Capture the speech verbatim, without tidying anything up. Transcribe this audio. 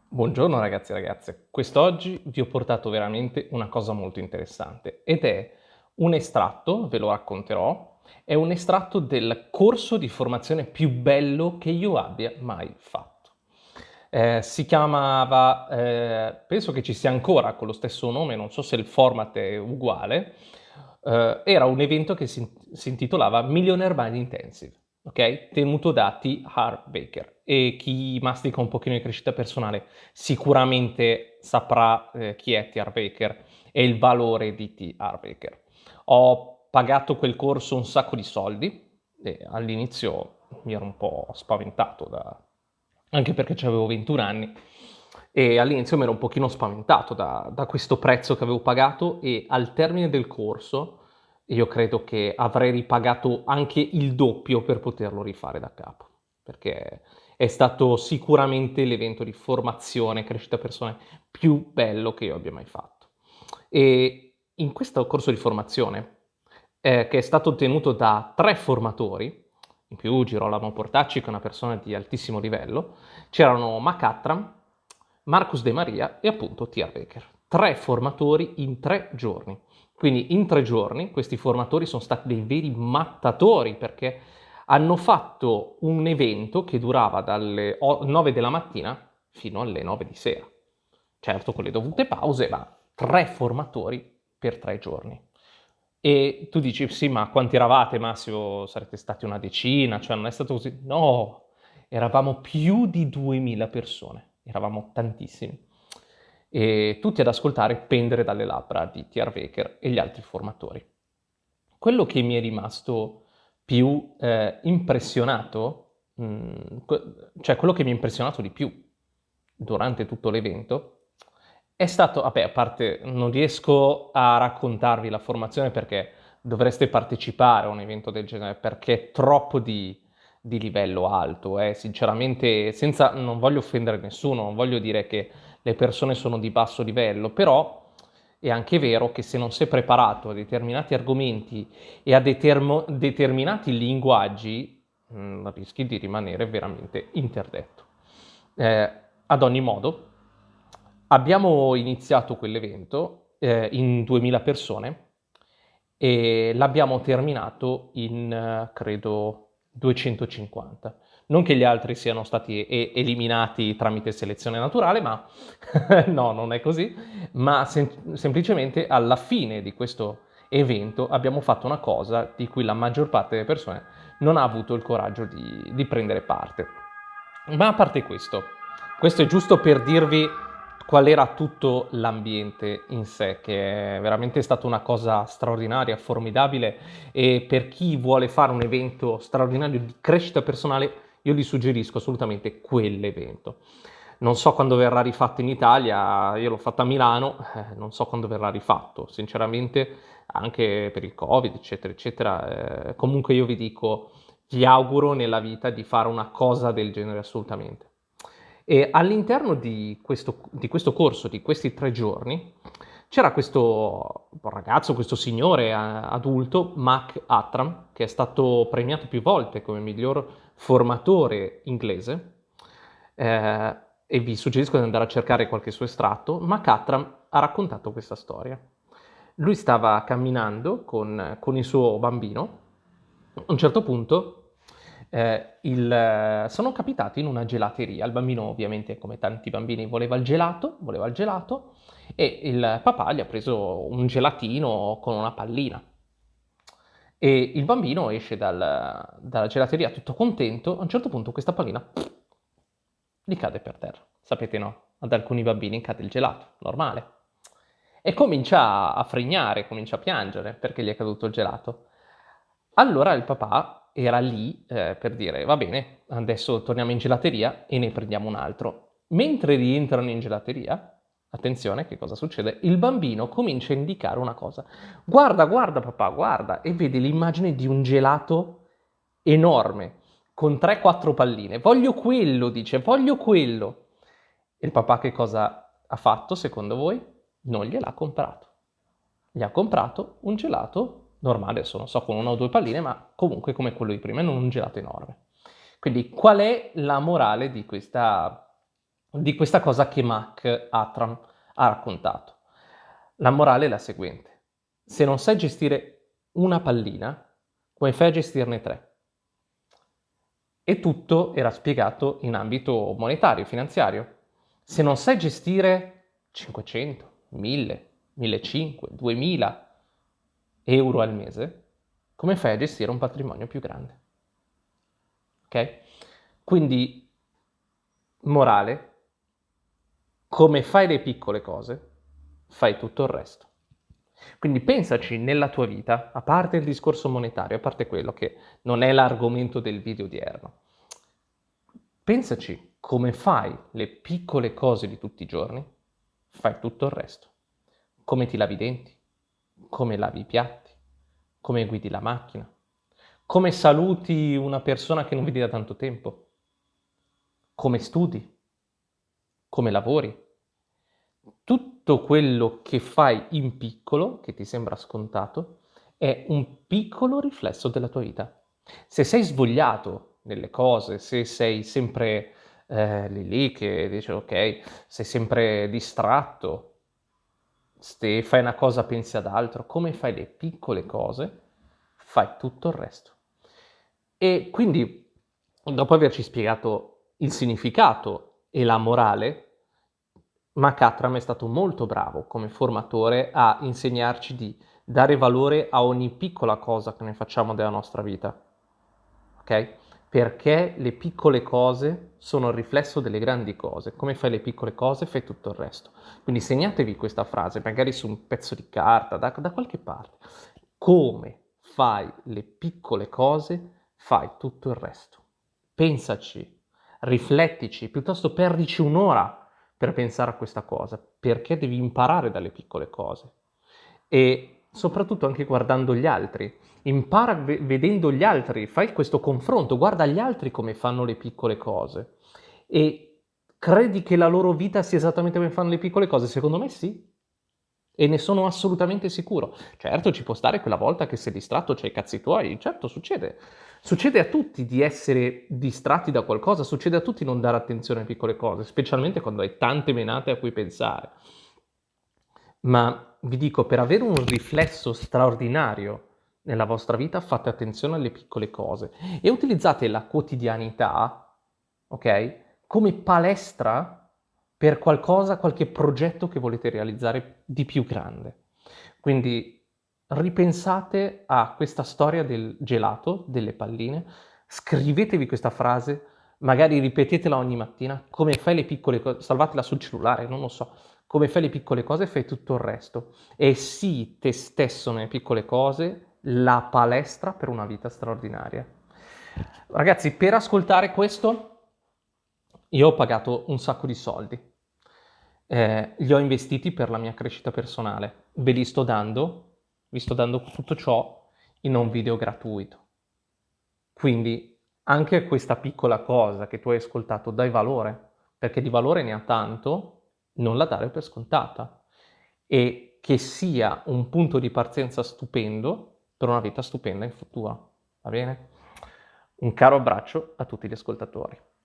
Buongiorno ragazzi e ragazze, quest'oggi vi ho portato veramente una cosa molto interessante ed è un estratto, ve lo racconterò, è un estratto del corso di formazione più bello che io abbia mai fatto. Eh, si chiamava, eh, penso che ci sia ancora con lo stesso nome, non so se il format è uguale, eh, era un evento che si, si intitolava Millionaire Mind Intensive, ok? Tenuto da T. Harv Baker. E chi mastica un pochino di crescita personale sicuramente saprà eh, chi è T. Harv Baker e il valore di T. Harv Baker. Ho pagato quel corso un sacco di soldi e all'inizio mi ero un po' spaventato da... anche perché avevo ventuno anni e all'inizio mi ero un pochino spaventato da, da questo prezzo che avevo pagato e al termine del corso io credo che avrei ripagato anche il doppio per poterlo rifare da capo, perché è stato sicuramente l'evento di formazione e crescita personale più bello che io abbia mai fatto. E in questo corso di formazione, eh, che è stato tenuto da tre formatori, in più Girolamo Portacci, che è una persona di altissimo livello, c'erano Mac Attram, Marcus De Maria e appunto T R Baker. Tre formatori in tre giorni. Quindi in tre giorni questi formatori sono stati dei veri mattatori perché hanno fatto un evento che durava dalle nove della mattina fino alle nove di sera. Certo con le dovute pause, ma tre formatori per tre giorni. E tu dici, sì, ma quanti eravate, Massimo? Sarete stati una decina, cioè non è stato così? No, eravamo più di duemila persone, eravamo tantissimi. E tutti ad ascoltare pendere dalle labbra di T R Baker e gli altri formatori. Quello che mi è rimasto più eh, impressionato, mh, cioè quello che mi ha impressionato di più durante tutto l'evento, è stato, vabbè, a parte non riesco a raccontarvi la formazione perché dovreste partecipare a un evento del genere, perché è troppo di, di livello alto, eh. Sinceramente, senza, non voglio offendere nessuno, non voglio dire che le persone sono di basso livello, però è anche vero che se non sei preparato a determinati argomenti e a determo- determinati linguaggi, mh, rischi di rimanere veramente interdetto. Eh, ad ogni modo, abbiamo iniziato quell'evento eh, in duemila persone e l'abbiamo terminato in, eh, credo, duecentocinquanta. Non che gli altri siano stati e- eliminati tramite selezione naturale, ma no, non è così, ma sem- semplicemente alla fine di questo evento abbiamo fatto una cosa di cui la maggior parte delle persone non ha avuto il coraggio di, di prendere parte. Ma a parte questo, questo è giusto per dirvi qual era tutto l'ambiente in sé, che è veramente stata una cosa straordinaria, formidabile, e per chi vuole fare un evento straordinario di crescita personale, io gli suggerisco assolutamente quell'evento. Non so quando verrà rifatto in Italia, io l'ho fatto a Milano, eh, non so quando verrà rifatto, sinceramente, anche per il Covid, eccetera, eccetera. Eh, comunque io vi dico, vi auguro nella vita di fare una cosa del genere assolutamente. E all'interno di questo, di questo corso, di questi tre giorni, c'era questo ragazzo, questo signore eh, adulto, Mac Attram, che è stato premiato più volte come miglior formatore inglese, eh, e vi suggerisco di andare a cercare qualche suo estratto. Mac Attram ha raccontato questa storia. Lui stava camminando con, con il suo bambino, a un certo punto eh, il- sono capitati in una gelateria. Il bambino, ovviamente, come tanti bambini, voleva il gelato, voleva il gelato, e il papà gli ha preso un gelatino con una pallina. E il bambino esce dal- dalla gelateria tutto contento. A un certo punto questa pallina pff, gli cade per terra. Sapete, no? Ad alcuni bambini cade il gelato, normale. E comincia a frignare, comincia a piangere perché gli è caduto il gelato. Allora il papà era lì eh, per dire, va bene, adesso torniamo in gelateria e ne prendiamo un altro. Mentre rientrano in gelateria, attenzione, che cosa succede? Il bambino comincia a indicare una cosa. Guarda, guarda papà, guarda, e vede l'immagine di un gelato enorme, con tre quattro palline. Voglio quello, dice, voglio quello. E il papà che cosa ha fatto, secondo voi? Non gliel'ha comprato. Gli ha comprato un gelato normale, adesso non so, con una o due palline, ma comunque come quello di prima, e non un gelato enorme. Quindi qual è la morale di questa, di questa cosa che Mac Attram ha raccontato. La morale è la seguente: se non sai gestire una pallina, come fai a gestirne tre? E tutto era spiegato in ambito monetario, finanziario. Se non sai gestire cinquecento, mille, millecinquecento, duemila euro al mese, come fai a gestire un patrimonio più grande? Ok? Quindi, morale, come fai le piccole cose, fai tutto il resto. Quindi pensaci nella tua vita, a parte il discorso monetario, a parte quello che non è l'argomento del video odierno, pensaci come fai le piccole cose di tutti i giorni, fai tutto il resto. Come ti lavi i denti, come lavi i piatti, come guidi la macchina, come saluti una persona che non vedi da tanto tempo, come studi, come lavori. Tutto quello che fai in piccolo, che ti sembra scontato, è un piccolo riflesso della tua vita. Se sei svogliato nelle cose, se sei sempre eh, lì lì che dici ok, sei sempre distratto, se fai una cosa pensi ad altro, come fai le piccole cose, fai tutto il resto. E quindi, dopo averci spiegato il significato e la morale, McAttram è stato molto bravo come formatore a insegnarci di dare valore a ogni piccola cosa che ne facciamo della nostra vita, ok? Perché le piccole cose sono il riflesso delle grandi cose. Come fai le piccole cose, fai tutto il resto. Quindi segnatevi questa frase, magari su un pezzo di carta, da, da qualche parte. Come fai le piccole cose, fai tutto il resto. Pensaci, riflettici, piuttosto perdici un'ora per pensare a questa cosa, perché devi imparare dalle piccole cose. E soprattutto anche guardando gli altri. Impara v- vedendo gli altri, fai questo confronto, guarda gli altri come fanno le piccole cose. E credi che la loro vita sia esattamente come fanno le piccole cose? Secondo me sì. E ne sono assolutamente sicuro. Certo, ci può stare quella volta che sei distratto, c'hai i cazzi tuoi, certo succede. Succede a tutti di essere distratti da qualcosa, succede a tutti non dare attenzione alle piccole cose, specialmente quando hai tante menate a cui pensare. Ma vi dico, per avere un riflesso straordinario nella vostra vita, fate attenzione alle piccole cose e utilizzate la quotidianità, ok, come palestra per qualcosa, qualche progetto che volete realizzare di più grande. Quindi ripensate a questa storia del gelato, delle palline, scrivetevi questa frase, magari ripetetela ogni mattina, come fai le piccole cose, salvatela sul cellulare, non lo so, come fai le piccole cose fai tutto il resto. E sii te stesso nelle piccole cose la palestra per una vita straordinaria. Ragazzi, per ascoltare questo io ho pagato un sacco di soldi. Eh, li ho investiti per la mia crescita personale. Ve li sto dando, vi sto dando tutto ciò in un video gratuito. Quindi anche a questa piccola cosa che tu hai ascoltato dai valore, perché di valore ne ha tanto, non la dare per scontata. E che sia un punto di partenza stupendo per una vita stupenda in futuro. Va bene? Un caro abbraccio a tutti gli ascoltatori.